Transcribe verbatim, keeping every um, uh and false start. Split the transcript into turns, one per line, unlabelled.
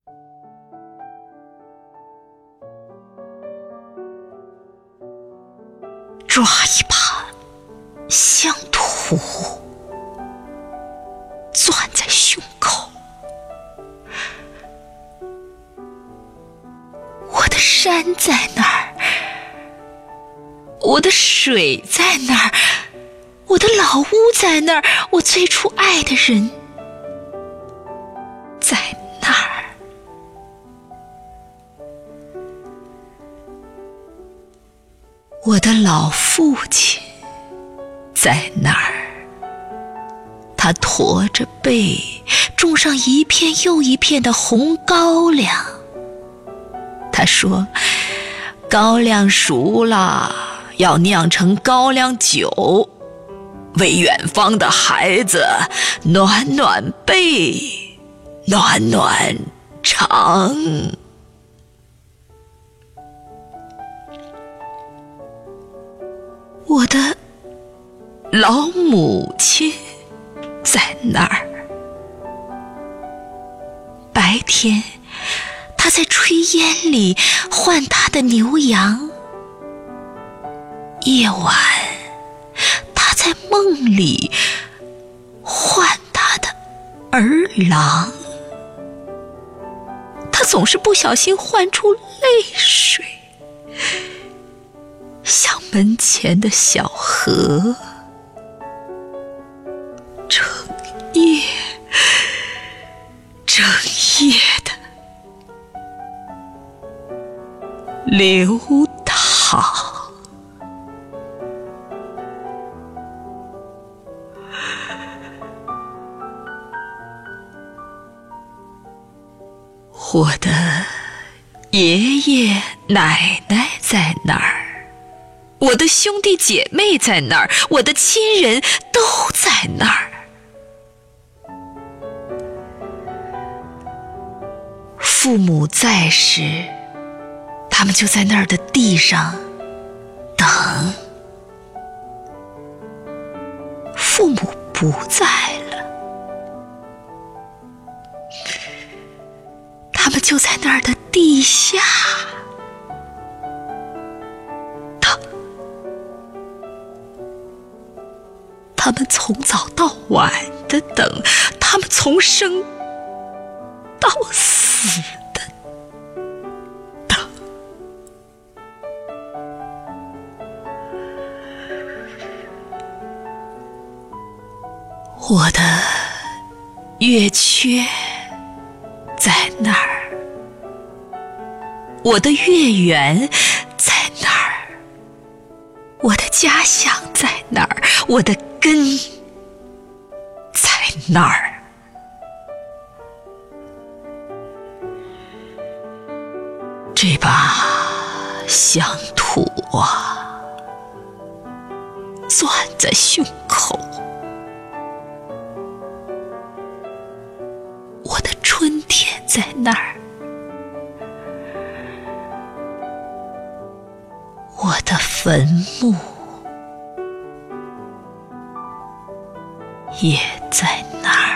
抓一把香土，攥在胸口。我的山在那儿，我的水在那儿，我的老屋在那儿，我最初爱的人在那儿。我的老父亲在那儿，他驼着背，种上一片又一片的红高粱。他说，高粱熟了，要酿成高粱酒，为远方的孩子暖暖背，暖暖肠。我的老母亲在那儿，白天她在炊烟里唤她的牛羊，夜晚她在梦里唤她的儿郎。她总是不小心唤出泪水，像门前的小河，整夜整夜的流淌。我的爷爷奶奶在那儿，我的兄弟姐妹在那儿，我的亲人都在那儿。父母在时，他们就在那儿的地上等；父母不在了，他们就在那儿的地下等。他们从早到晚的等，他们从生到死的等。我的月缺在那儿，我的月圆在那儿，我的家乡在那儿，我的根在那儿。这把乡土啊，攥在胸口。我的春天在那儿，我的坟墓也在那儿。